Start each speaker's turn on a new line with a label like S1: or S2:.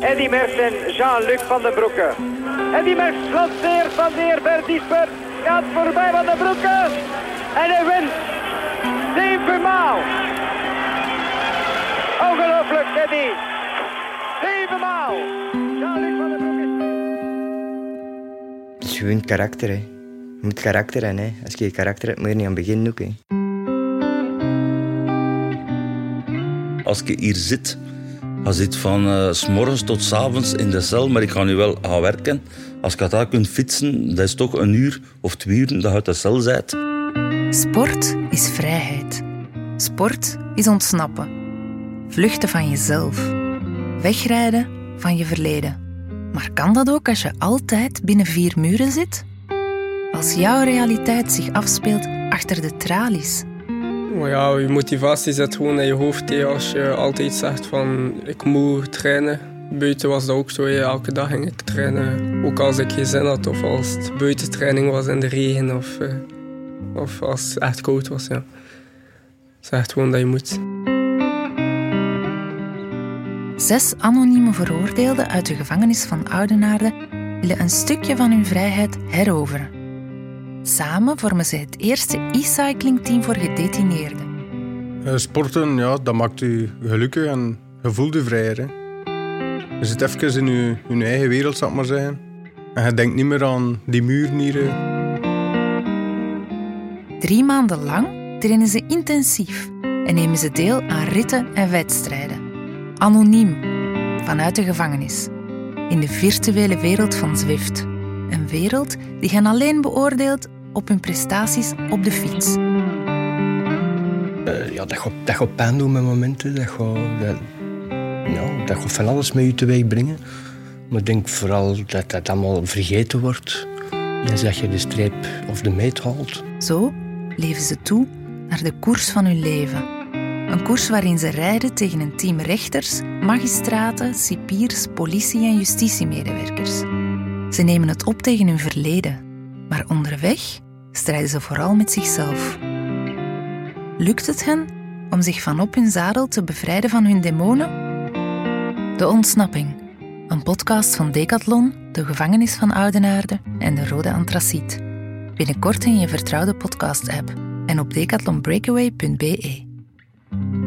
S1: Eddy Merckx en Jean-Luc van den Broeke. Eddy Merckx lanceert van de heer Bert gaat voorbij van den Broeke. En hij wint 7 maal. Ongelooflijk, Eddy. 7 maal. Jean-Luc van den Broeke.
S2: Het is gewoon karakter, hè. Je moet karakter hebben, hè. Als je geen karakter hebt, moet je er niet aan beginnen ook, hè.
S3: Als je hier zit, je zit van 's morgens tot 's avonds in de cel, maar ik ga nu wel gaan werken. Als je daar kunt fietsen, dat is toch 1 uur of 2 uur dat je uit de cel bent.
S4: Sport is vrijheid. Sport is ontsnappen. Vluchten van jezelf. Wegrijden van je verleden. Maar kan dat ook als je altijd binnen 4 muren zit? Als jouw realiteit zich afspeelt achter de tralies.
S5: Ja, je motivatie zit gewoon in je hoofd. Hè. Als je altijd zegt van ik moet trainen. Buiten was dat ook zo. Hè. Elke dag ging ik trainen. Ook als ik geen zin had of als het buitentraining was in de regen of als het echt koud was. Ja. Zeg gewoon dat je moet.
S4: 6 anonieme veroordeelden uit de gevangenis van Oudenaarde willen een stukje van hun vrijheid heroveren. Samen vormen ze het eerste e-cyclingteam voor gedetineerden.
S6: Sporten, ja, dat maakt je gelukkig en je voelt je vrijer. Hè. Je zit even in je eigen wereld, zal ik maar zeggen. En je denkt niet meer aan die muren hier.
S4: 3 maanden lang trainen ze intensief en nemen ze deel aan ritten en wedstrijden. Anoniem, vanuit de gevangenis. In de virtuele wereld van Zwift. Een wereld die hen alleen beoordeelt op hun prestaties op de fiets.
S7: Dat gaat pijn doen met momenten. Dat gaat van alles met je teweeg brengen. Maar ik denk vooral dat dat allemaal vergeten wordt. En dat je de streep of de meet haalt.
S4: Zo leven ze toe naar de koers van hun leven. Een koers waarin ze rijden tegen een team rechters, magistraten, cipiers, politie- en justitiemedewerkers. Ze nemen het op tegen hun verleden, maar onderweg strijden ze vooral met zichzelf. Lukt het hen om zich van op hun zadel te bevrijden van hun demonen? De Ontsnapping, een podcast van Decathlon, de gevangenis van Oudenaarde en de Rode Antraciet. Binnenkort in je vertrouwde podcast-app en op decathlonbreakaway.be.